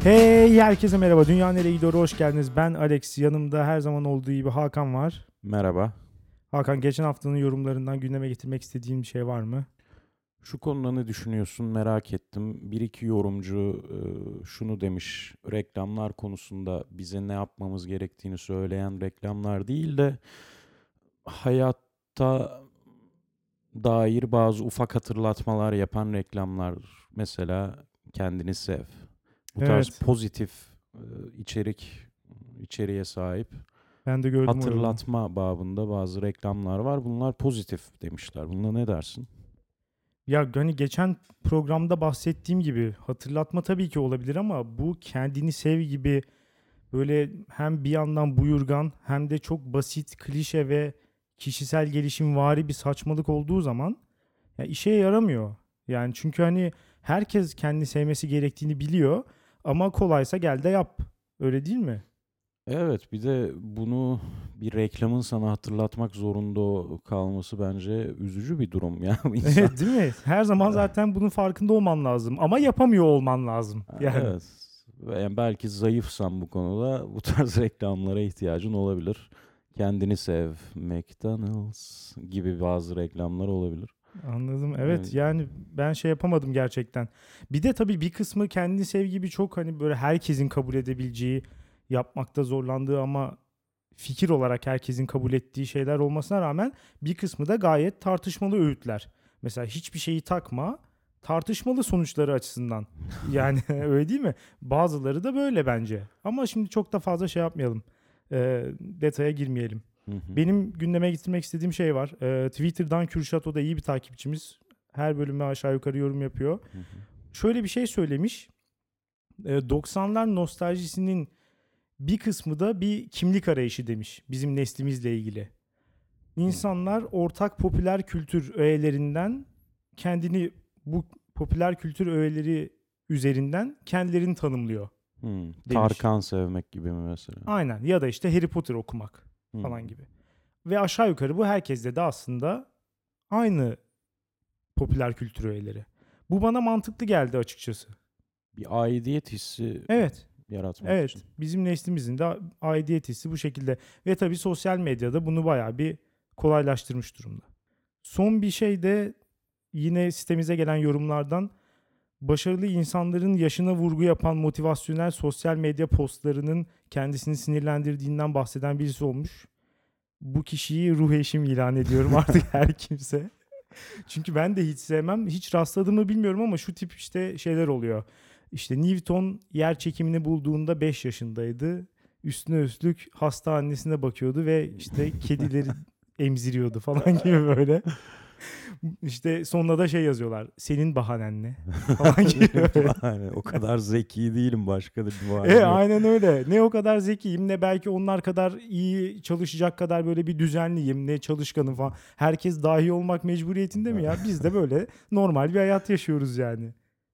Hey herkese merhaba. Dünya nereye gidiyor? Hoş geldiniz. Ben Alex. Yanımda her zaman olduğu gibi Hakan var. Merhaba. Hakan, geçen haftanın yorumlarından gündeme getirmek istediğin bir şey var mı? Şu konuda ne düşünüyorsun merak ettim. Bir iki yorumcu şunu demiş. Reklamlar konusunda bize ne yapmamız gerektiğini söyleyen reklamlar değil de hayatta dair bazı ufak hatırlatmalar yapan reklamlar. Mesela kendini sev. Bu tarz Evet. pozitif içeriğe sahip Ben de gördüm o yorumu. hatırlatma babında bazı reklamlar var. Bunlar pozitif demişler. Buna ne dersin? Ya hani geçen programda bahsettiğim gibi hatırlatma tabii ki olabilir ama bu kendini sev gibi böyle hem bir yandan buyurgan hem de çok basit, klişe ve kişisel gelişimvari bir saçmalık olduğu zaman ya işe yaramıyor. Yani çünkü hani herkes kendini sevmesi gerektiğini biliyor ama kolaysa gel de yap. Öyle değil mi? Evet, bir de bunu bir reklamın sana hatırlatmak zorunda kalması bence üzücü bir durum ya. Bu insan. Evet, değil mi? Her zaman zaten bunun farkında olman lazım ama yapamıyor olman lazım. Yani Evet. Yani belki zayıfsan bu konuda bu tarz reklamlara ihtiyacın olabilir. Kendini sev, McDonald's gibi bazı reklamlar olabilir. anladım. Evet, Evet. yani ben şey yapamadım gerçekten. Bir de tabii bir kısmı kendini sev gibi çok hani böyle herkesin kabul edebileceği, yapmakta zorlandığı ama fikir olarak herkesin kabul ettiği şeyler olmasına rağmen bir kısmı da gayet tartışmalı öğütler. Mesela hiçbir şeyi takma, tartışmalı sonuçları açısından. Yani öyle değil mi? Bazıları da böyle bence. Ama şimdi çok da fazla şey yapmayalım. Detaya girmeyelim. Hı hı. Benim gündeme getirmek istediğim şey var. Twitter'dan Kürşat, o da iyi bir takipçimiz. Her bölüme aşağı yukarı yorum yapıyor. Hı hı. Şöyle bir şey söylemiş. 90'lar nostaljisinin bir kısmı da bir kimlik arayışı demiş bizim neslimizle ilgili. Hı. İnsanlar ortak popüler kültür öğelerinden kendini bu popüler kültür öğeleri üzerinden kendilerini tanımlıyor demiş. Tarkan sevmek gibi mi mesela? Aynen, ya da işte Harry Potter okumak Hı. falan gibi. Ve aşağı yukarı bu herkeste de aslında aynı popüler kültür öğeleri. Bu bana mantıklı geldi açıkçası. Bir aidiyet hissi Evet, yaratmak için. evet. Bizim neslimizin de aidiyet hissi bu şekilde. Ve tabii sosyal medyada bunu bayağı bir kolaylaştırmış durumda. Son bir şey de yine sitemize gelen yorumlardan başarılı insanların yaşına vurgu yapan motivasyonel sosyal medya postlarının kendisini sinirlendirdiğinden bahseden birisi olmuş. Bu kişiyi ruh eşim ilan ediyorum artık her kimse. Çünkü ben de hiç sevmem. Hiç rastladığımı bilmiyorum ama şu tip işte şeyler oluyor. İşte Newton yer çekimini bulduğunda 5 yaşındaydı. Üstüne üstlük hasta annesine bakıyordu ve işte kedileri emziriyordu falan gibi böyle. İşte sonuna da şey yazıyorlar. Senin bahanen ne? Falan gibi Benim böyle. bahane. O kadar zeki değilim. Başka da bir bahanem yok. Aynen öyle. Ne o kadar zekiyim, ne belki onlar kadar iyi çalışacak kadar böyle bir düzenliyim, ne çalışkanım falan. Herkes dahi olmak mecburiyetinde mi ya? Biz de böyle normal bir hayat yaşıyoruz yani.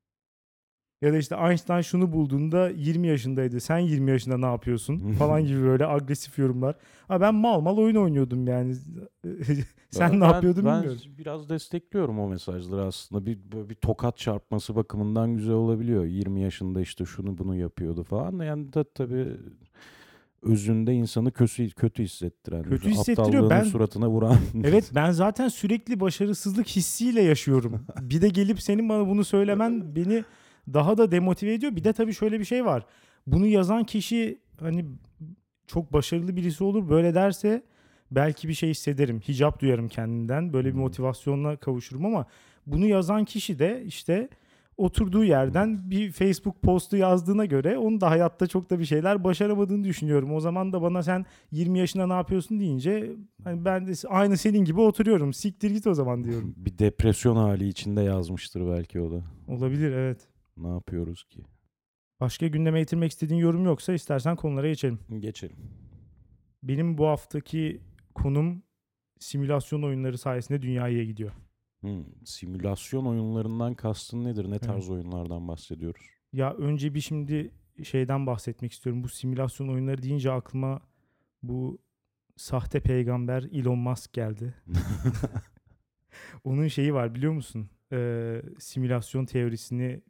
Ya da işte Einstein şunu bulduğunda 20 yaşındaydı. Sen 20 yaşında ne yapıyorsun? Falan gibi böyle agresif yorumlar. Ha, ben mal mal oyun oynuyordum yani. Sen ne Ben, yapıyordun ben bilmiyorum. biraz destekliyorum o mesajları aslında. Böyle bir tokat çarpması bakımından güzel olabiliyor. 20 yaşında işte şunu bunu yapıyordu falan. Yani da tabii özünde insanı kötü hissettiren, Kötü hissettiriyor. aptallığının suratına vuran. Evet, ben zaten sürekli başarısızlık hissiyle yaşıyorum. Bir de gelip senin bana bunu söylemen beni daha da demotive ediyor. Bir de tabii şöyle bir şey var. Bunu yazan kişi hani çok başarılı birisi olur. Böyle derse belki bir şey hissederim. Hicap duyarım kendinden. Böyle bir Hmm. motivasyonla kavuşurum ama bunu yazan kişi de işte oturduğu yerden bir Facebook postu yazdığına göre onun da hayatta çok da bir şeyler başaramadığını düşünüyorum. O zaman da bana sen 20 yaşında ne yapıyorsun deyince hani ben de aynı senin gibi oturuyorum. Siktir git o zaman diyorum. Bir depresyon hali içinde yazmıştır belki o da. Olabilir, evet. Ne yapıyoruz ki? Başka gündeme getirmek istediğin yorum yoksa istersen konulara geçelim. Geçelim. Benim bu haftaki konum simülasyon oyunları sayesinde dünyaya gidiyor. Simülasyon oyunlarından kastın nedir? Ne Evet. tarz oyunlardan bahsediyoruz? Ya önce bir şimdi şeyden bahsetmek istiyorum. Bu simülasyon oyunları deyince aklıma bu sahte peygamber Elon Musk geldi. Onun şeyi var biliyor musun? Simülasyon teorisini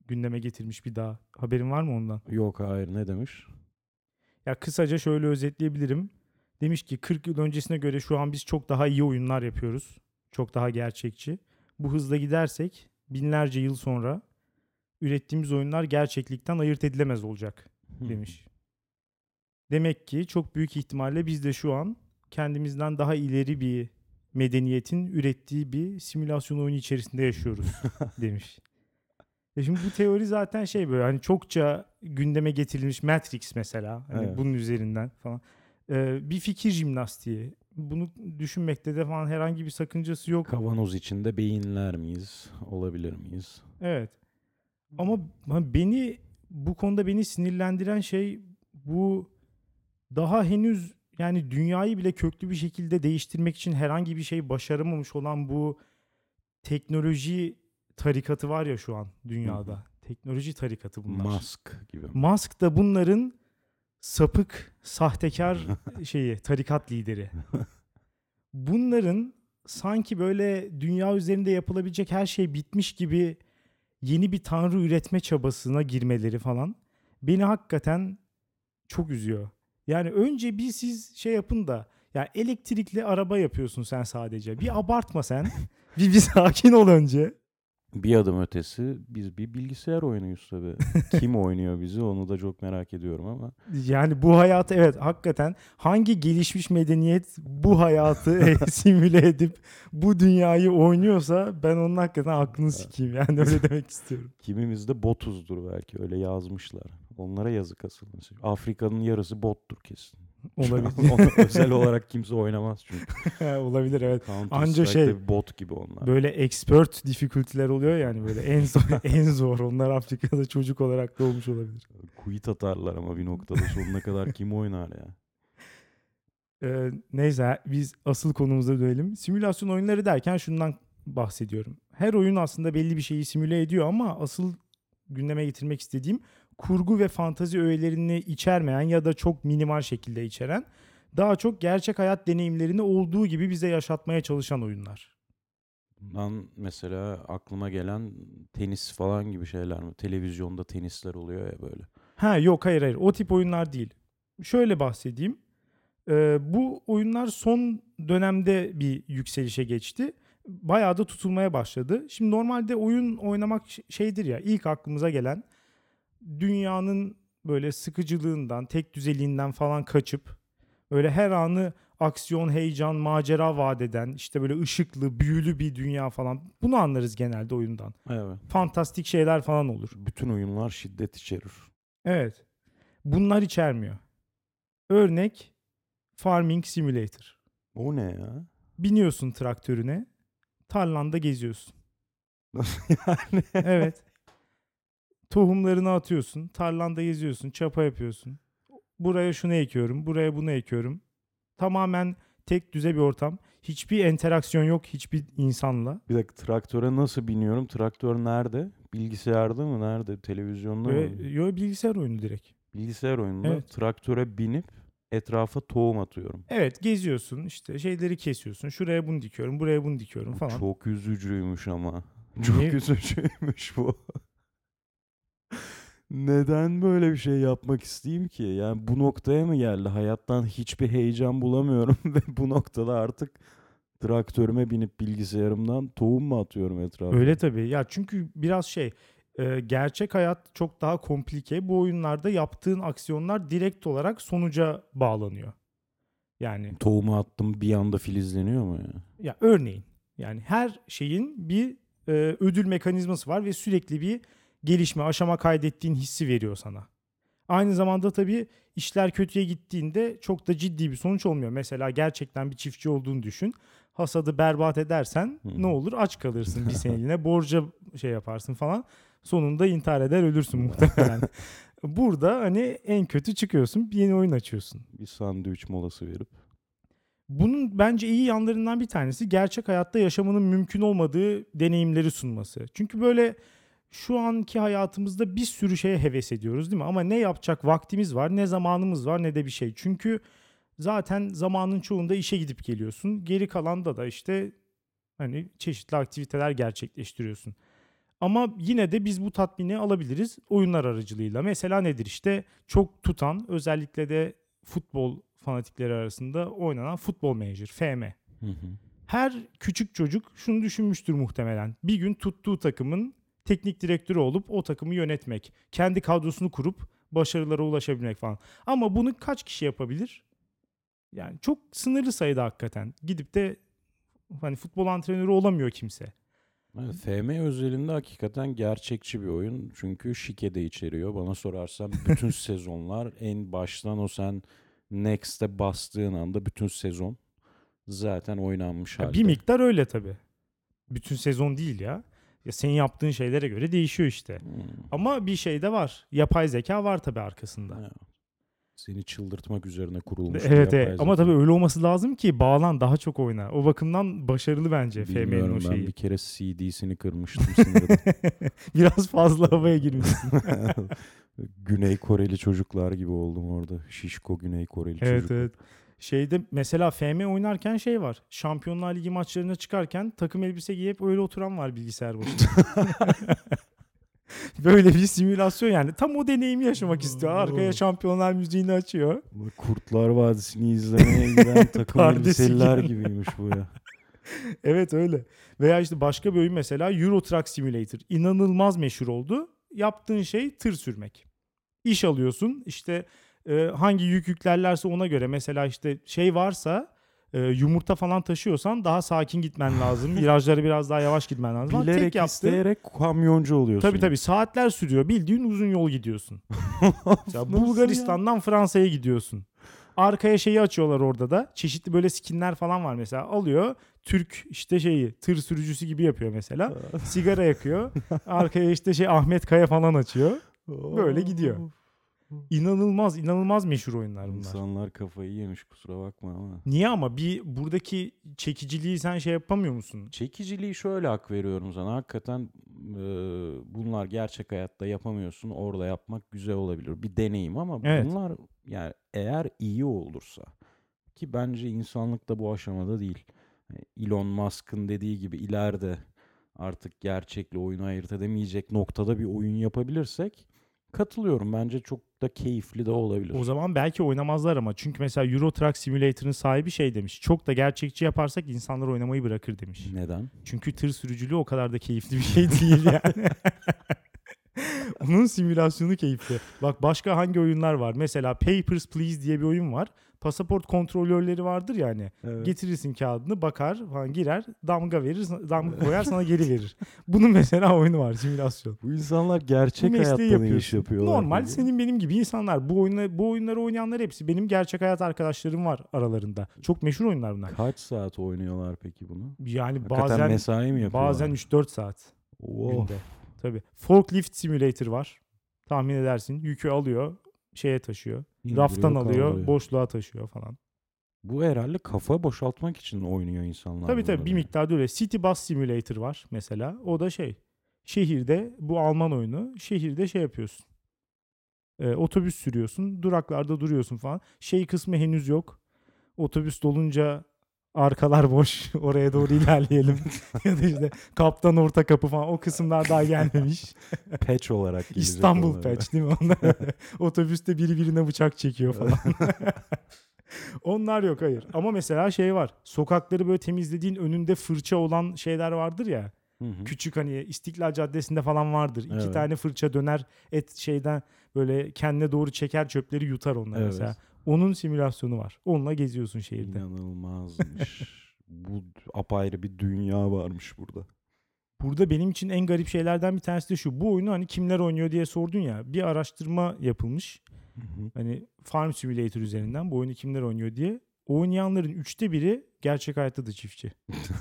gündeme getirmiş bir daha. Haberin var mı ondan? Yok, hayır, ne demiş? Ya kısaca şöyle özetleyebilirim. Demiş ki 40 yıl öncesine göre şu an biz çok daha iyi oyunlar yapıyoruz. Çok daha gerçekçi. Bu hızla gidersek binlerce yıl sonra ürettiğimiz oyunlar gerçeklikten ayırt edilemez olacak demiş. Demek ki çok büyük ihtimalle biz de şu an kendimizden daha ileri bir medeniyetin ürettiği bir simülasyon oyunu içerisinde yaşıyoruz demiş. Şimdi bu teori zaten şey böyle hani çokça gündeme getirilmiş Matrix mesela hani Evet. bunun üzerinden falan. Bir fikir jimnastiği. Bunu düşünmekte de falan herhangi bir sakıncası yok. Kavanoz içinde beyinler miyiz? Olabilir miyiz? Evet. Ama bu konuda beni sinirlendiren şey bu daha henüz yani dünyayı bile köklü bir şekilde değiştirmek için herhangi bir şey başaramamış olan bu teknoloji tarikatı var ya şu an dünyada. Teknoloji tarikatı bunlar. Musk gibi. Musk da bunların sapık, sahtekar tarikat lideri. Bunların sanki böyle dünya üzerinde yapılabilecek her şey bitmiş gibi yeni bir tanrı üretme çabasına girmeleri falan beni hakikaten çok üzüyor. Yani önce bir siz şey yapın da ya elektrikli araba yapıyorsun sen sadece. Bir abartma sen. bir sakin ol önce. Bir adım ötesi biz bir bilgisayar oyunuyuz tabii. Kim oynuyor bizi onu da çok merak ediyorum ama. Yani bu hayatı evet hakikaten hangi gelişmiş medeniyet bu hayatı simüle edip bu dünyayı oynuyorsa ben onun hakikaten aklını sikeyim. Yani öyle demek istiyorum. Kimimiz de botuzdur belki öyle yazmışlar. Onlara yazık asıl. Mesela Afrika'nın yarısı bottur kesin. Olabilir. Onu özel olarak kimse oynamaz çünkü. Olabilir evet. Counter Anca Strike'de bot gibi onlar. böyle expert difficulty'ler oluyor yani böyle en zor onlar Afrika'da çocuk olarak doğmuş olabilir. Quit atarlar ama bir noktada sonuna kadar kim oynar ya? Neyse biz asıl konumuza dönelim. Simülasyon oyunları derken şundan bahsediyorum. Her oyun aslında belli bir şeyi simüle ediyor ama asıl gündeme getirmek istediğim kurgu ve fantazi öğelerini içermeyen ya da çok minimal şekilde içeren daha çok gerçek hayat deneyimlerini olduğu gibi bize yaşatmaya çalışan oyunlar. Bundan mesela aklıma gelen tenis falan gibi şeyler mi? Televizyonda tenisler oluyor ya böyle. Ha yok hayır o tip oyunlar değil. Şöyle bahsedeyim. Bu oyunlar son dönemde bir yükselişe geçti. Bayağı da tutulmaya başladı. Şimdi normalde oyun oynamak şeydir ya ilk aklımıza gelen dünyanın böyle sıkıcılığından, tek düzeliğinden falan kaçıp böyle her anı aksiyon, heyecan, macera vaat eden işte böyle ışıklı, büyülü bir dünya falan. Bunu anlarız genelde oyundan. Evet. Fantastik şeyler falan olur. Bütün oyunlar şiddet içerir. Evet. Bunlar içermiyor. Örnek Farming Simulator. O ne ya? Biniyorsun traktörüne, tarlanda geziyorsun. Yani Evet. Tohumlarını atıyorsun, tarlanda geziyorsun, çapa yapıyorsun. Buraya şunu ekiyorum, buraya bunu ekiyorum. Tamamen tek düze bir ortam. Hiçbir interaksiyon yok hiçbir insanla. bir dakika, traktöre nasıl biniyorum? Traktör nerede? Bilgisayarda mı? Nerede? Televizyonda mı? Böyle bilgisayar oyunu direkt. Bilgisayar oyununda Evet. traktöre binip etrafa tohum atıyorum. Evet geziyorsun işte şeyleri kesiyorsun. Şuraya bunu dikiyorum, buraya bunu dikiyorum Bu falan. çok üzücüymüş ama. Çok Niye? üzücüymüş bu. Neden böyle bir şey yapmak isteyeyim ki? Yani bu noktaya mı geldi? Hayattan hiçbir heyecan bulamıyorum ve bu noktada artık traktörüme binip bilgisayarımdan tohum mu atıyorum etrafa? Öyle tabii. Ya çünkü biraz gerçek hayat çok daha komplike. Bu oyunlarda yaptığın aksiyonlar direkt olarak sonuca bağlanıyor. Yani Tohumu attım bir anda filizleniyor mu ya? ya örneğin yani her şeyin bir ödül mekanizması var ve sürekli bir gelişme, aşama kaydettiğin hissi veriyor sana. Aynı zamanda tabii işler kötüye gittiğinde çok da ciddi bir sonuç olmuyor. Mesela gerçekten bir çiftçi olduğunu düşün. Hasadı berbat edersen Hı hı. ne olur? Aç kalırsın bir seneliğine. Borca yaparsın falan. Sonunda intihar eder ölürsün muhtemelen. Burada hani en kötü çıkıyorsun. Bir yeni oyun açıyorsun. Bir sandviç molası verip. Bunun bence iyi yanlarından bir tanesi gerçek hayatta yaşamanın mümkün olmadığı deneyimleri sunması. Çünkü böyle şu anki hayatımızda bir sürü şeye heves ediyoruz değil mi? Ama ne yapacak vaktimiz var, ne zamanımız var, ne de bir şey. Çünkü zaten zamanın çoğunda işe gidip geliyorsun. Geri kalanda da işte hani çeşitli aktiviteler gerçekleştiriyorsun. Ama yine de biz bu tatmini alabiliriz oyunlar aracılığıyla. Mesela nedir işte çok tutan özellikle de futbol fanatikleri arasında oynanan Football Manager, FM. Hı hı. Her küçük çocuk şunu düşünmüştür muhtemelen. Bir gün tuttuğu takımın teknik direktörü olup o takımı yönetmek. Kendi kadrosunu kurup başarılara ulaşabilmek falan. Ama bunu kaç kişi yapabilir? Yani çok sınırlı sayıda hakikaten. Gidip de hani futbol antrenörü olamıyor kimse. Evet, FM özelinde hakikaten gerçekçi bir oyun. Çünkü şike de içeriyor. Bana sorarsan bütün sezonlar en baştan o sen Next'e bastığın anda bütün sezon zaten oynanmış Ya bir halde. miktar öyle tabii. Bütün sezon değil ya. Ya senin yaptığın şeylere göre değişiyor işte. Hmm. Ama bir şey de var. Yapay zeka var tabii arkasında. Evet. Seni çıldırtmak üzerine kurulmuş bir Evet, evet. yapay Ama zeka. tabii öyle olması lazım ki bağlan daha çok oyna. O bakımdan başarılı bence FM'nin o Bilmiyorum, ben şeyi. bir kere CD'sini kırmıştım sınırda. Biraz fazla havaya girmişsin. Güney Koreli çocuklar gibi oldum orada. Şişko Güney Koreli Evet, çocuk. evet. Şeyde mesela FM oynarken şey var. Şampiyonlar Ligi maçlarına çıkarken takım elbise giyip öyle oturan var bilgisayar başında. Böyle bir simülasyon yani. Tam o deneyimi yaşamak istiyor. Arkaya şampiyonlar müziğini açıyor. Kurtlar Vadisi'ni izlemeye giden takım Pardesi elbiseliler giyen. gibiymiş bu ya. Evet, öyle. Veya işte başka bir oyun mesela Euro Truck Simulator. İnanılmaz meşhur oldu. Yaptığın şey tır sürmek. İş alıyorsun işte hangi yük yüklerlerse ona göre mesela işte şey varsa yumurta falan taşıyorsan daha sakin gitmen lazım. Virajları biraz daha yavaş gitmen lazım. Ama tek Bilerek yaptığı isteyerek kamyoncu oluyorsun. tabii saatler sürüyor. Bildiğin uzun yol gidiyorsun. Mesela Nasıl Bulgaristan'dan Fransa'ya gidiyorsun. Arkaya şeyi açıyorlar orada da. Çeşitli böyle skinler falan var mesela. Alıyor. Türk işte şeyi tır sürücüsü gibi yapıyor mesela. Sigara yakıyor. Arkaya işte şey Ahmet Kaya falan açıyor. Böyle gidiyor. İnanılmaz meşhur oyunlar bunlar. İnsanlar kafayı yemiş, kusura bakma ama. Niye ama bir buradaki çekiciliği sen şey yapamıyor musun? Çekiciliği şöyle hak veriyorum sana. Hakikaten bunlar gerçek hayatta yapamıyorsun. Orada yapmak güzel olabilir. Bir deneyim ama Evet. bunlar yani eğer iyi olursa, ki bence insanlık da bu aşamada değil. Yani Elon Musk'ın dediği gibi ileride artık gerçekle oyunu ayırt edemeyecek noktada bir oyun yapabilirsek katılıyorum. Bence çok da keyifli de olabilir. O zaman belki oynamazlar ama. Çünkü mesela Euro Truck Simulator'ın sahibi şey demiş. Çok da gerçekçi yaparsak insanlar oynamayı bırakır demiş. Neden? Çünkü tır sürücülüğü o kadar da keyifli bir şey değil yani. Onun simülasyonu keyifli. Bak başka hangi oyunlar var? Mesela Papers, Please diye bir oyun var. Pasaport kontrolörleri vardır yani. Evet. Getirirsin kağıdını, bakar falan, girer, damga verir, damga koyar sana geri verir. Bunun mesela oyunu var, simülasyon. Bu insanlar Bu gerçek mesleği hayatta ne iş yapıyorsun. yapıyorlar Normal peki? senin benim gibi insanlar. Bu oyunları oynayanlar hepsi benim gerçek hayat arkadaşlarım var aralarında. Çok meşhur oyunlar bunlar. Kaç saat oynuyorlar peki bunu? Yani Hakikaten mesai mi yapıyorlar? bazen 3-4 saat Oh. günde. Tabii. Forklift Simulator var. Tahmin edersin. Yükü alıyor, şeye taşıyor. İndiriyor, Raftan alıyor, kaldırıyor. boşluğa taşıyor falan. Bu herhalde kafa boşaltmak için oynuyor insanlar Tabii bunları. bir miktarda öyle. City Bus Simulator var mesela. O da şey. Şehirde bu Alman oyunu. Şehirde şey yapıyorsun. Otobüs sürüyorsun. Duraklarda duruyorsun falan. Şey kısmı henüz yok. Otobüs dolunca arkalar boş. Oraya doğru ilerleyelim. Ya da işte kaptan orta kapı falan. O kısımlar daha gelmemiş. Patch olarak gelecek İstanbul onlar. Patch değil mi? Onlar otobüste biri birine bıçak çekiyor falan. Onlar yok, hayır. Ama mesela şey var. Sokakları böyle temizlediğin önünde fırça olan şeyler vardır ya. Hı hı. Küçük hani İstiklal Caddesi'nde falan vardır. İki Evet. tane fırça döner şeyden böyle kendine doğru çeker, çöpleri yutar onlar Evet. mesela. Onun simülasyonu var. Onunla geziyorsun şehirde. İnanılmazmış. Bu apayrı bir dünya varmış burada. Burada benim için en garip şeylerden bir tanesi de şu. Bu oyunu hani kimler oynuyor diye sordun ya. Bir araştırma yapılmış. Hı hı. Hani Farm Simulator üzerinden bu oyunu kimler oynuyor diye. Oynayanların 1/3'ü gerçek hayatta da çiftçi.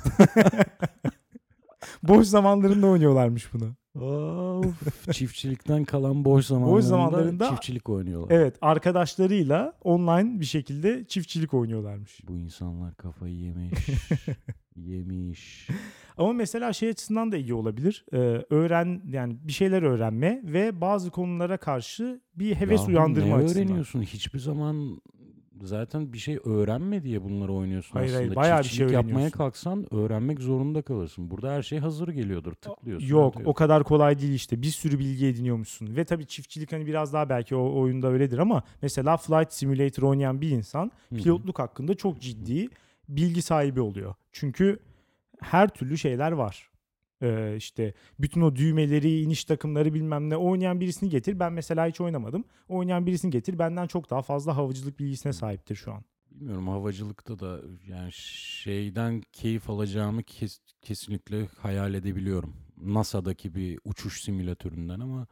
Boş zamanlarında oynuyorlarmış bunu. Of, çiftçilikten kalan boş zamanlarında- zamanlarında çiftçilik oynuyorlar. Evet, arkadaşlarıyla online bir şekilde çiftçilik oynuyorlarmış. Bu insanlar kafayı yemiş. Yemiş. Ama mesela şey açısından da iyi olabilir. Yani bir şeyler öğrenme ve bazı konulara karşı bir heves Yahu uyandırma ne açısından. öğreniyorsun? Hiçbir zaman Zaten bir şey öğrenme diye bunları oynuyorsun Hayır hayır, aslında. bayağı bir şey Çiftçilik yapmaya öğreniyorsun. kalksan öğrenmek zorunda kalırsın. Burada her şey hazır geliyordur. Tıklıyorsun, Yok, o atıyorsun. kadar kolay değil işte. Bir sürü bilgi ediniyormuşsun. Ve tabii çiftçilik hani biraz daha belki o oyunda öyledir ama mesela Flight Simulator oynayan bir insan Hı hı. pilotluk hakkında çok ciddi bilgi sahibi oluyor. Çünkü her türlü şeyler var. İşte bütün o düğmeleri, iniş takımları bilmem ne oynayan birisini getir. Ben mesela hiç oynamadım. Oynayan birisini getir. Benden çok daha fazla havacılık bilgisine sahiptir şu an. Bilmiyorum, havacılıkta da yani şeyden keyif alacağımı kesinlikle hayal edebiliyorum. NASA'daki bir uçuş simülatöründen ama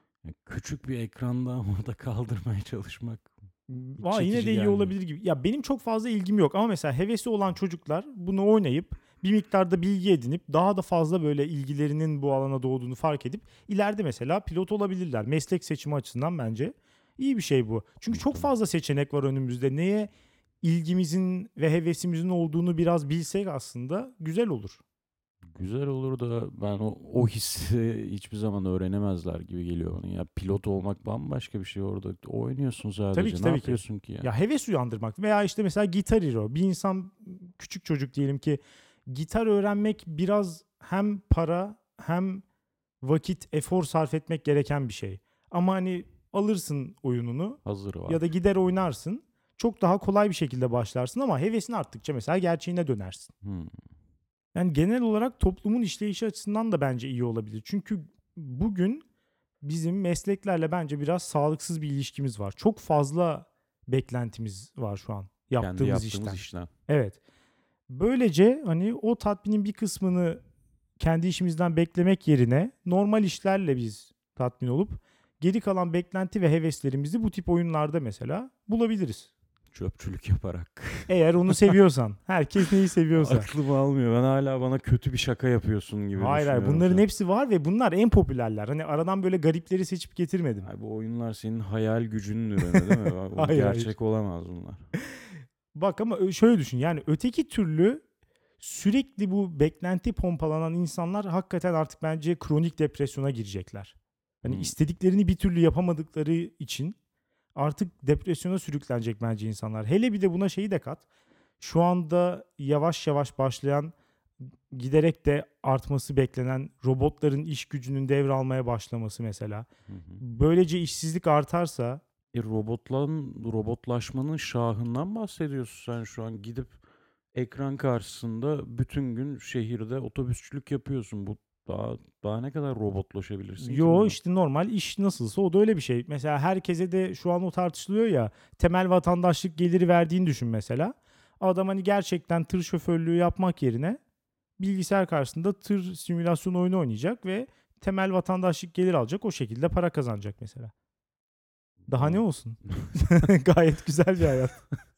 küçük bir ekranda havada kaldırmaya çalışmak Valla yine çekici de iyi gelmiyor. olabilir gibi. Ya benim çok fazla ilgim yok ama mesela hevesi olan çocuklar bunu oynayıp bir miktarda bilgi edinip daha da fazla böyle ilgilerinin bu alana doğduğunu fark edip ileride mesela pilot olabilirler. Meslek seçimi açısından bence iyi bir şey bu. Çünkü çok Muhtemelen. fazla seçenek var önümüzde. Neye ilgimizin ve hevesimizin olduğunu biraz bilsek aslında güzel olur. Güzel olur da ben o hissi hiçbir zaman öğrenemezler gibi geliyor bana. Ya pilot olmak bambaşka bir şey orada. Oynuyorsun Tabii ki sadece. Ne tabii ki. yapıyorsun ki ya? Ya heves uyandırmak veya işte mesela Guitar Hero. Bir insan küçük çocuk diyelim ki gitar öğrenmek biraz hem para hem vakit, efor sarf etmek gereken bir şey. Ama hani alırsın oyununu Hazır ya da var. gider oynarsın. Çok daha kolay bir şekilde başlarsın ama hevesin arttıkça mesela gerçeğine dönersin. Hmm. Yani genel olarak toplumun işleyişi açısından da bence iyi olabilir. Çünkü bugün bizim mesleklerle bence biraz sağlıksız bir ilişkimiz var. Çok fazla beklentimiz var şu an Kendi yaptığımız yaptığımız işten. işten. Evet. Böylece hani o tatminin bir kısmını kendi işimizden beklemek yerine normal işlerle biz tatmin olup geri kalan beklenti ve heveslerimizi bu tip oyunlarda mesela bulabiliriz. Çöpçülük yaparak. Eğer onu seviyorsan. Herkes neyi seviyorsa. Aklım almıyor. Ben hala bana kötü bir şaka yapıyorsun gibi Hayır hayır, düşünüyorum şu bunların an. hepsi var ve bunlar en popülerler. Hani aradan böyle garipleri seçip getirmedim. Ay, bu oyunlar senin hayal gücünün ürünü değil mi? O Hayır hayır. gerçek olamaz bunlar. Bak ama şöyle düşün, yani öteki türlü sürekli bu beklenti pompalanan insanlar hakikaten artık bence kronik depresyona girecekler. Hani Hmm. istediklerini bir türlü yapamadıkları için artık depresyona sürüklenecek bence insanlar. Hele bir de buna şeyi de kat. Şu anda yavaş yavaş başlayan, giderek de artması beklenen robotların iş gücünün devralmaya başlaması mesela. Hı hı. Böylece işsizlik artarsa Robotlaşmanın şahından bahsediyorsun sen şu an. Gidip ekran karşısında bütün gün şehirde otobüsçülük yapıyorsun. Bu daha ne kadar robotlaşabilirsin ki yo bundan? işte normal iş nasılsa o da öyle bir şey. Mesela herkese de şu an o tartışılıyor ya, temel vatandaşlık geliri verdiğini düşün mesela. Adam hani gerçekten tır şoförlüğü yapmak yerine bilgisayar karşısında tır simülasyon oyunu oynayacak ve temel vatandaşlık geliri alacak, o şekilde para kazanacak mesela. Daha ne Tamam. olsun? Gayet güzel bir hayat.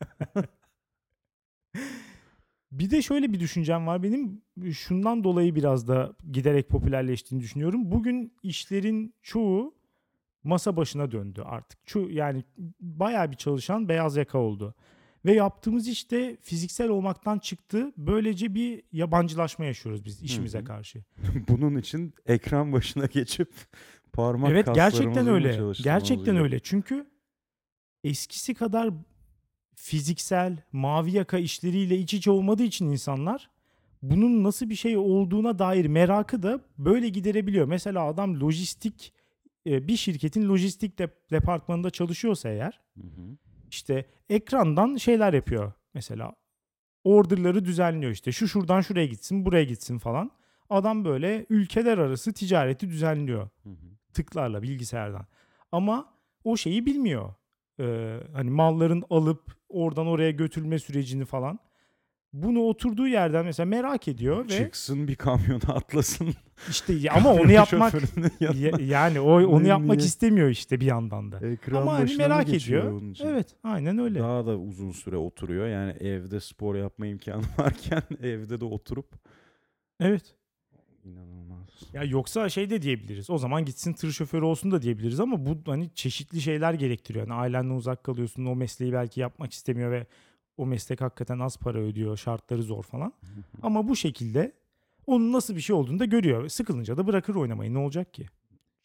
Bir de şöyle bir düşüncem var benim. Şundan dolayı biraz da giderek popülerleştiğini düşünüyorum. Bugün işlerin çoğu masa başına döndü artık. Yani bayağı bir çalışan beyaz yaka oldu. Ve yaptığımız iş de fiziksel olmaktan çıktı. Böylece bir yabancılaşma yaşıyoruz biz Hı işimize hı. karşı. Bunun için ekran başına geçip parmak Evet, gerçekten kaslarımızı mı öyle. çalıştırmamız Gerçekten gerek? öyle. Çünkü eskisi kadar fiziksel, mavi yaka işleriyle iç içe olmadığı için insanlar bunun nasıl bir şey olduğuna dair merakı da böyle giderebiliyor. Mesela adam lojistik, bir şirketin lojistik departmanında çalışıyorsa eğer, Hı hı. işte ekrandan şeyler yapıyor. Mesela orderları düzenliyor, işte şu şuradan şuraya gitsin, buraya gitsin falan. Adam böyle ülkeler arası ticareti düzenliyor Hı hı. tıklarla bilgisayardan. Ama o şeyi bilmiyor. Hani malların alıp oradan oraya götürülme sürecini falan. Bunu oturduğu yerden mesela merak ediyor ve Çıksın bir kamyona atlasın. işte ama onu Kamyon yapmak, şoförünün yanına. yani onu yapmak Niye? istemiyor işte bir yandan da. Ama Ekran hani başına mı merak geçiyor ediyor. onun için? Evet, aynen öyle. Daha da uzun süre oturuyor. Yani evde spor yapma imkanı varken evde de oturup Evet. inanılmaz. Ya yoksa şey de diyebiliriz. O zaman gitsin tır şoförü olsun da diyebiliriz ama bu hani çeşitli şeyler gerektiriyor. Yani ailenden uzak kalıyorsun. O mesleği belki yapmak istemiyor ve o meslek hakikaten az para ödüyor. Şartları zor falan. Ama bu şekilde onun nasıl bir şey olduğunu da görüyor. Sıkılınca da bırakır oynamayı. Ne olacak ki?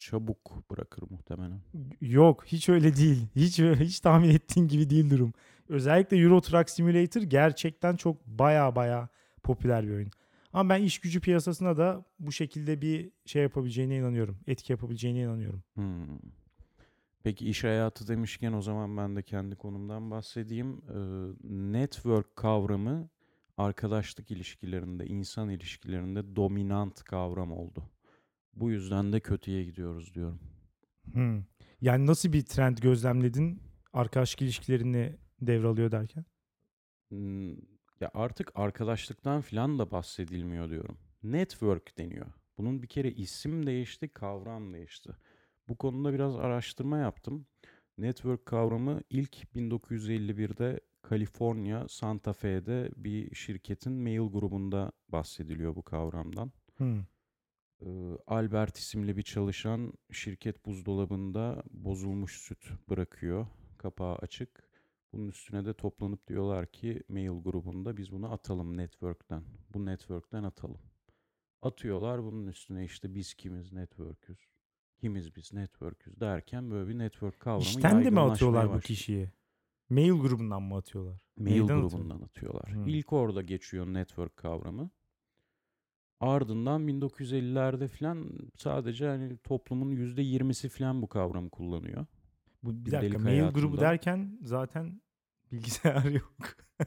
çabuk bırakır muhtemelen. Yok, hiç öyle değil. Hiç tahmin ettiğin gibi değil durum. Özellikle Euro Truck Simulator gerçekten çok baya popüler bir oyun. Ama ben iş gücü piyasasına da bu şekilde bir şey yapabileceğine inanıyorum. Etki yapabileceğine inanıyorum. Hmm. Peki iş hayatı demişken o zaman ben de kendi konumdan bahsedeyim. Network kavramı arkadaşlık ilişkilerinde, insan ilişkilerinde dominant kavram oldu. Bu yüzden de kötüye gidiyoruz diyorum. Hmm. Yani nasıl bir trend gözlemledin arkadaşlık ilişkilerini devralıyor derken? Hmm, Ya artık arkadaşlıktan filan da bahsedilmiyor diyorum. Network deniyor. Bunun bir kere isim değişti, kavram değişti. Bu konuda biraz araştırma yaptım. Network kavramı ilk 1951'de Kaliforniya, Santa Fe'de bir şirketin mail grubunda bahsediliyor bu kavramdan. Hmm. Albert isimli bir çalışan şirket buzdolabında bozulmuş süt bırakıyor. Kapağı açık. Bunun üstüne de toplanıp diyorlar ki mail grubunda biz bunu atalım network'ten. Bu network'ten atalım. Atıyorlar bunun üstüne işte biz kimiz network'üz. Kimiz biz network'üz derken böyle bir network kavramı İşten de mi yaygınlaşmaya atıyorlar bu başlıyor. kişiyi? Mail grubundan mı atıyorlar? Mail Neyden atıyorlar? grubundan atıyorlar. Hmm. İlk orada geçiyor network kavramı. Ardından 1950'lerde falan sadece hani toplumun %20'si falan bu kavramı kullanıyor Bu bir dakika, gündelik mail grubu hayatında. derken zaten bilgisayar yok.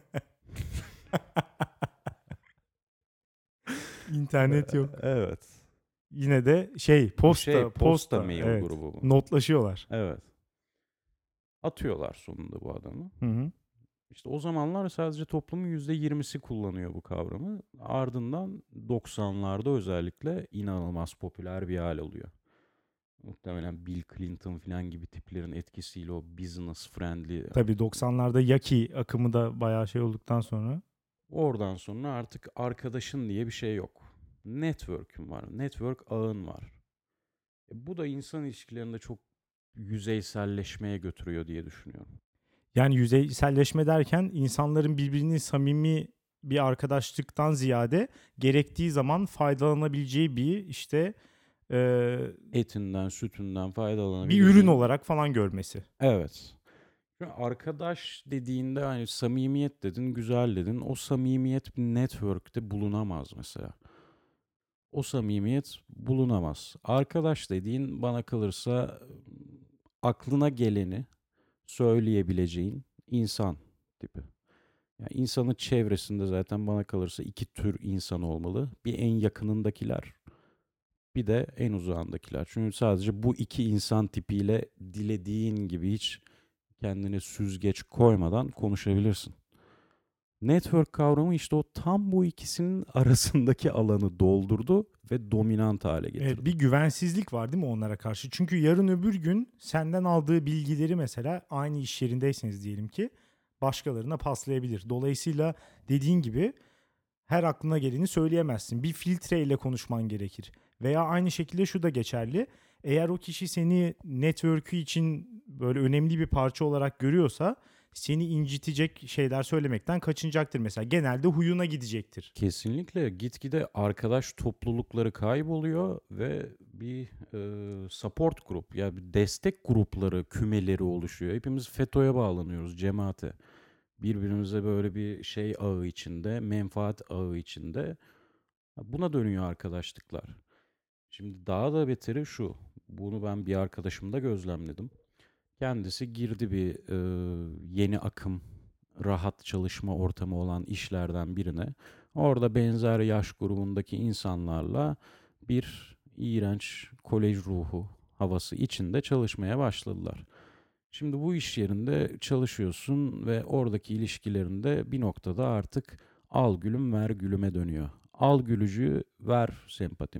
İnternet yok. Evet. Yine de şey, Bu şey posta posta, mail evet. grubu bu. Notlaşıyorlar. Evet. Atıyorlar sonunda bu adamı. Hı hı. İşte o zamanlar sadece toplumun %20'si kullanıyor bu kavramı. Ardından 90'larda özellikle inanılmaz popüler bir hal oluyor. Muhtemelen Bill Clinton falan gibi tiplerin etkisiyle o business friendly. Tabii 90'larda Yaki akımı da bayağı şey olduktan sonra. Oradan sonra artık arkadaşın diye bir şey yok. Network'ün var. Network ağın var. Bu da insan ilişkilerinde çok yüzeyselleşmeye götürüyor diye düşünüyorum. Yani yüzeyselleşme derken insanların birbirini samimi bir arkadaşlıktan ziyade gerektiği zaman faydalanabileceği bir işte e, Etinden, sütünden bir ürün faydalanabileceğin. olarak falan görmesi. Evet. Çünkü arkadaş dediğinde hani samimiyet dedin, güzel dedin. O samimiyet bir network'te bulunamaz mesela. O samimiyet bulunamaz. Arkadaş dediğin bana kalırsa aklına geleni söyleyebileceğin insan tipi. Yani insanın çevresinde zaten bana kalırsa iki tür insan olmalı. Bir en yakınındakiler, bir de en uzağındakiler. Çünkü sadece bu iki insan tipiyle dilediğin gibi hiç kendine süzgeç koymadan konuşabilirsin. Network kavramı işte o tam bu ikisinin arasındaki alanı doldurdu ve dominant hale Evet, getirdi. bir güvensizlik var değil mi onlara karşı? Çünkü yarın öbür gün senden aldığı bilgileri mesela aynı iş yerindeyseniz diyelim ki başkalarına paslayabilir. Dolayısıyla dediğin gibi her aklına geleni söyleyemezsin. Bir filtreyle konuşman gerekir. Veya aynı şekilde şu da geçerli. Eğer o kişi seni network'ü için böyle önemli bir parça olarak görüyorsa seni incitecek şeyler söylemekten kaçınacaktır mesela. Genelde huyuna gidecektir. Kesinlikle gitgide arkadaş toplulukları kayboluyor ve bir support grup yani bir destek grupları, kümeleri oluşuyor. Hepimiz FETÖ'ye bağlanıyoruz, cemaate. Birbirimize böyle bir şey ağı içinde, menfaat ağı içinde. Buna dönüyor arkadaşlıklar. Şimdi daha da beteri şu. Bunu ben bir arkadaşımda gözlemledim. Kendisi girdi bir yeni akım, rahat çalışma ortamı olan işlerden birine. Orada benzer yaş grubundaki insanlarla bir iğrenç kolej ruhu havası içinde çalışmaya başladılar. Şimdi bu iş yerinde çalışıyorsun ve oradaki ilişkilerinde bir noktada artık al gülüm ver gülüme dönüyor. Al gülücüğü ver sempatimi.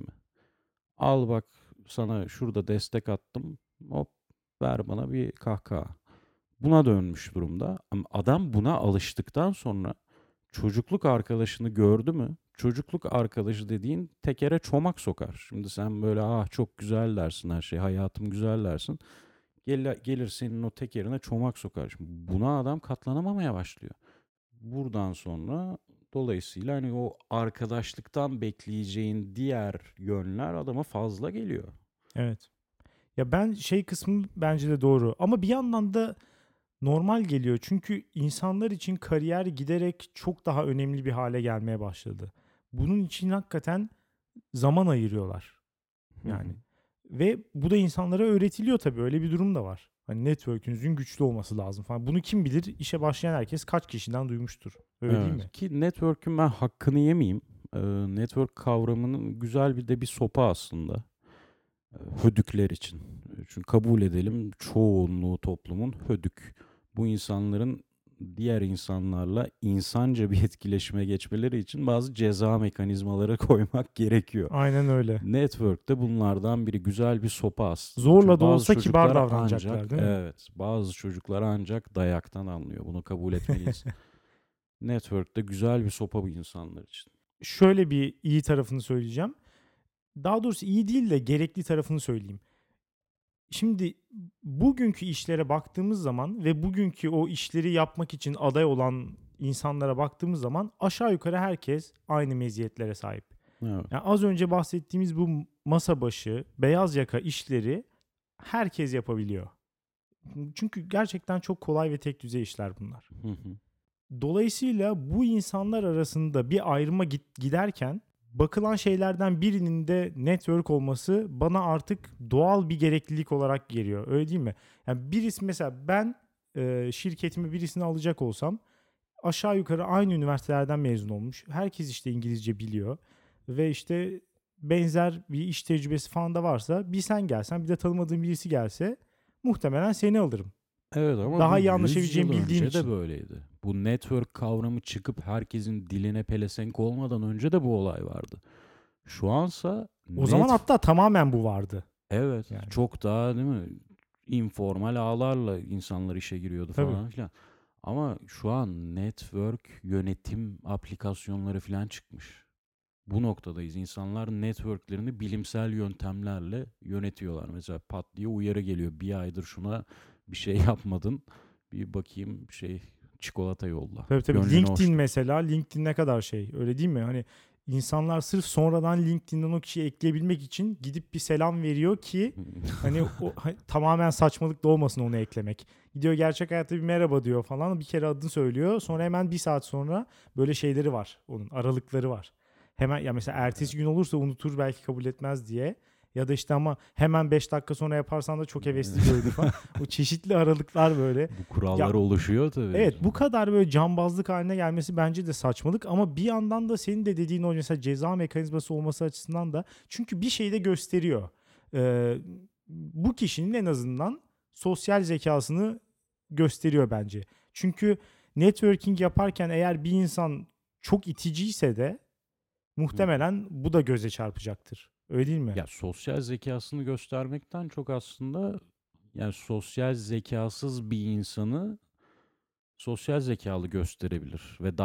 Al bak sana şurada destek attım. Hop ver bana bir kahkaha. Buna dönmüş durumda. Ama adam buna alıştıktan sonra çocukluk arkadaşını gördü mü? Çocukluk arkadaşı dediğin tekere çomak sokar. Şimdi sen böyle ah çok güzel dersin her şey, hayatım güzel dersin. Gelir senin o tekerine çomak sokar. Şimdi buna adam katlanamamaya başlıyor. Buradan sonra dolayısıyla hani o arkadaşlıktan bekleyeceğin diğer yönler adama fazla geliyor. Evet. Ya ben şey kısmı bence de doğru ama bir yandan da normal geliyor. Çünkü insanlar için kariyer giderek çok daha önemli bir hale gelmeye başladı. Bunun için hakikaten zaman ayırıyorlar Hı hı. yani. Ve bu da insanlara öğretiliyor tabii. Öyle bir durum da var. Hani network'ünüzün güçlü olması lazım falan. Bunu kim bilir? İşe başlayan herkes kaç kişiden duymuştur. Öyle değil mi? Evet. Ki network'ün ben hakkını yemeyeyim. Network kavramının güzel bir de bir sopa aslında. Hödükler için. Çünkü kabul edelim çoğunluğu toplumun hödük. Bu insanların diğer insanlarla insanca bir etkileşime geçmeleri için bazı ceza mekanizmaları koymak gerekiyor. Aynen öyle. Network de bunlardan biri. Güzel bir sopa aslında. Zorla Çünkü da bazı olsa kibar çocuklar ancak, davranacaklar değil mi? evet, bazı çocuklar ancak dayaktan anlıyor. Bunu kabul etmeliyiz. Network de güzel bir sopa bu insanlar için. Şöyle bir iyi tarafını söyleyeceğim. Daha doğrusu iyi değil de gerekli tarafını söyleyeyim. Şimdi bugünkü işlere baktığımız zaman ve bugünkü o işleri yapmak için aday olan insanlara baktığımız zaman aşağı yukarı herkes aynı meziyetlere sahip. Evet. Yani az önce bahsettiğimiz bu masa başı, beyaz yaka işleri herkes yapabiliyor. Çünkü gerçekten çok kolay ve tek düzey işler bunlar. Hı hı. Dolayısıyla bu insanlar arasında bir ayrıma giderken bakılan şeylerden birinin de network olması bana artık doğal bir gereklilik olarak geliyor. Öyle değil mi? Yani birisi mesela ben şirketime birisini alacak olsam aşağı yukarı aynı üniversitelerden mezun olmuş. Herkes işte İngilizce biliyor ve işte benzer bir iş tecrübesi falan da varsa bir sen gelsen bir de tanımadığın birisi gelse muhtemelen seni alırım. Evet ama Daha bu iyi 100 yıl anlaşabileceğimi bildiğim önce de için. böyleydi. Bu network kavramı çıkıp herkesin diline pelesenk olmadan önce de bu olay vardı. Şu ansa O zaman hatta tamamen bu vardı. evet, Yani çok daha değil mi? İnformal ağlarla insanlar işe giriyordu tabii. falan filan. Ama şu an network yönetim aplikasyonları falan çıkmış. Bu noktadayız. İnsanlar networklerini bilimsel yöntemlerle yönetiyorlar. Mesela pat diye uyarı geliyor. Bir aydır şuna bir şey yapmadın. Bir bakayım çikolata yolla. Tabii tabii. Gönlüne LinkedIn hoş tut. mesela. LinkedIn ne kadar şey. Öyle değil mi? Hani insanlar sırf sonradan LinkedIn'den o kişiyi ekleyebilmek için gidip bir selam veriyor ki hani tamamen saçmalık da olmasın onu eklemek. Gidiyor gerçek hayatta bir merhaba diyor falan. Bir kere adını söylüyor. Sonra hemen bir saat sonra böyle şeyleri var. Onun aralıkları var. Hemen ya mesela ertesi gün olursa unutur belki kabul etmez diye. Ya da işte ama hemen 5 dakika sonra yaparsan da çok hevesli gördü falan. O çeşitli aralıklar böyle. Bu kurallar Ya oluşuyor tabii. evet bu kadar böyle cambazlık haline gelmesi bence de saçmalık ama bir yandan da senin de dediğin o mesela ceza mekanizması olması açısından da çünkü bir şey de gösteriyor. Bu kişinin en azından sosyal zekasını gösteriyor bence. Çünkü networking yaparken eğer bir insan çok iticiyse de Hı hı. muhtemelen bu da göze çarpacaktır. Öyle değil mi? Ya sosyal zekasını göstermekten çok aslında yani sosyal zekasız bir insanı sosyal zekalı gösterebilir ve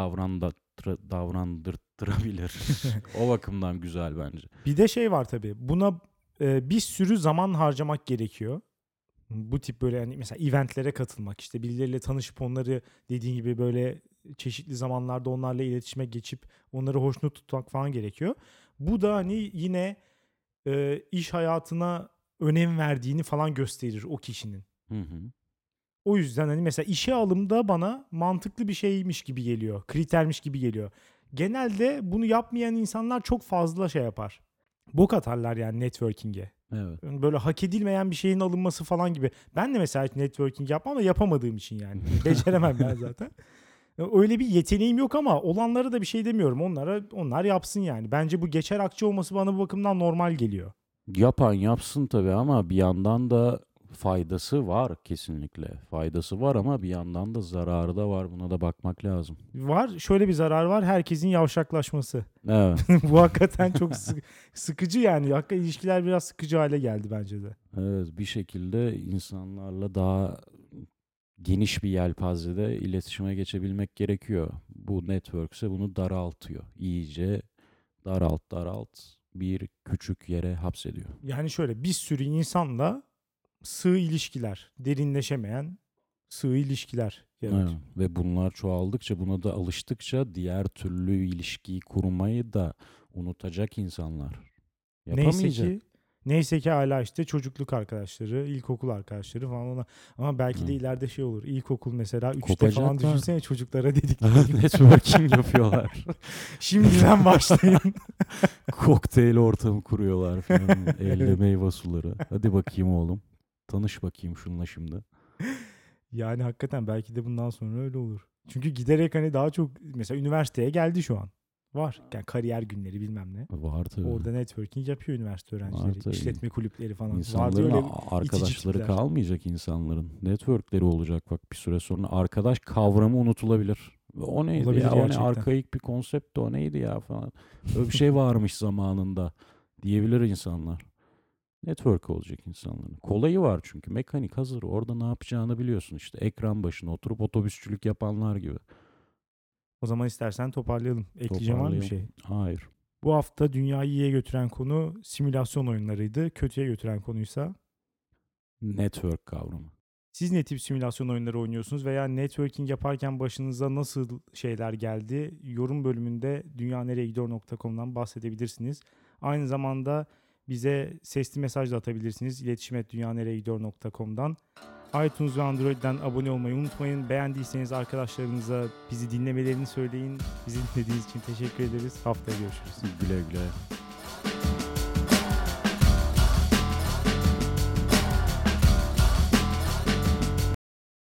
davrandırtırabilir. O bakımdan güzel bence. Bir de şey var tabii. Buna bir sürü zaman harcamak gerekiyor. Bu tip böyle hani mesela eventlere katılmak işte birileriyle tanışıp onları dediğin gibi böyle çeşitli zamanlarda onlarla iletişime geçip onları hoşnut tutmak falan gerekiyor. Bu da hani yine iş hayatına önem verdiğini falan gösterir o kişinin. Hı hı. O yüzden hani mesela işe alımda bana mantıklı bir şeymiş gibi geliyor. Kritermiş gibi geliyor. Genelde bunu yapmayan insanlar çok fazla şey yapar. Bok atarlar yani networking'e. Evet. Yani böyle hak edilmeyen bir şeyin alınması falan gibi. Ben de mesela hiç networking yapmam da yapamadığım için yani. Beceremem ben zaten. Öyle bir yeteneğim yok ama olanlara da bir şey demiyorum. Onlar yapsın yani. Bence bu geçer akçe olması bana bu bakımdan normal geliyor. Yapan yapsın tabii ama bir yandan da faydası var kesinlikle. Faydası var ama bir yandan da zararı da var. Buna da bakmak lazım. Var şöyle bir zarar var. Herkesin yavşaklaşması. Evet. Bu hakikaten çok sıkıcı yani. Hakikaten ilişkiler biraz sıkıcı hale geldi bence de. Evet, bir şekilde insanlarla daha geniş bir yelpazede iletişime geçebilmek gerekiyor. Bu network ise bunu daraltıyor. İyice daralt bir küçük yere hapsediyor. Yani şöyle bir sürü insanla sığ ilişkiler, derinleşemeyen sığ ilişkiler Evet. yaratıyor. Ve bunlar çoğaldıkça, buna da alıştıkça diğer türlü ilişkiyi kurmayı da unutacak insanlar. Neyse Yapamayacak. ki Neyse ki hala işte çocukluk arkadaşları, ilkokul arkadaşları falan ona. Ama belki de ileride şey olur. İlkokul mesela 3'te falan Kopacaklar. düşünsene çocuklara dedik. Networking yapıyorlar. Şimdiden başlayın. Kokteyl ortamı kuruyorlar falan. Elde meyve suları. Hadi bakayım oğlum. Tanış bakayım şununla şimdi. Yani hakikaten belki de bundan sonra öyle olur. Çünkü giderek hani daha çok mesela üniversiteye geldi şu an. Var. Yani kariyer günleri bilmem ne. Var tabii. Orada networking yapıyor üniversite öğrencileri. tabii. İşletme kulüpleri falan. Vardı İnsanların öyle arkadaşları tipler. kalmayacak insanların. Networkleri olacak bak bir süre sonra. Arkadaş kavramı unutulabilir. Ve o neydi Olabilir ya? O ne gerçekten. arkaik bir konseptti o neydi ya falan. Öyle bir şey varmış zamanında diyebilir insanlar. Network olacak insanların. Kolayı var çünkü. Mekanik hazır. Orada ne yapacağını biliyorsun işte. Ekran başına oturup otobüsçülük yapanlar gibi. O zaman istersen toparlayalım. Ekleyeceğim var mı bir Toparlayalım. şey? Hayır. Bu hafta dünyayı iyiye götüren konu simülasyon oyunlarıydı. Kötüye götüren konuysa Network kavramı. siz ne tip simülasyon oyunları oynuyorsunuz veya networking yaparken başınıza nasıl şeyler geldi? Yorum bölümünde dünyanereyegidiyor.com'dan bahsedebilirsiniz. Aynı zamanda bize sesli mesaj da atabilirsiniz. iletişim@dünyanereyegidiyor.com'dan. iTunes ve Android'den abone olmayı unutmayın. Beğendiyseniz arkadaşlarınıza bizi dinlemelerini söyleyin. Bizi dinlediğiniz için teşekkür ederiz. Haftaya görüşürüz. Güle güle.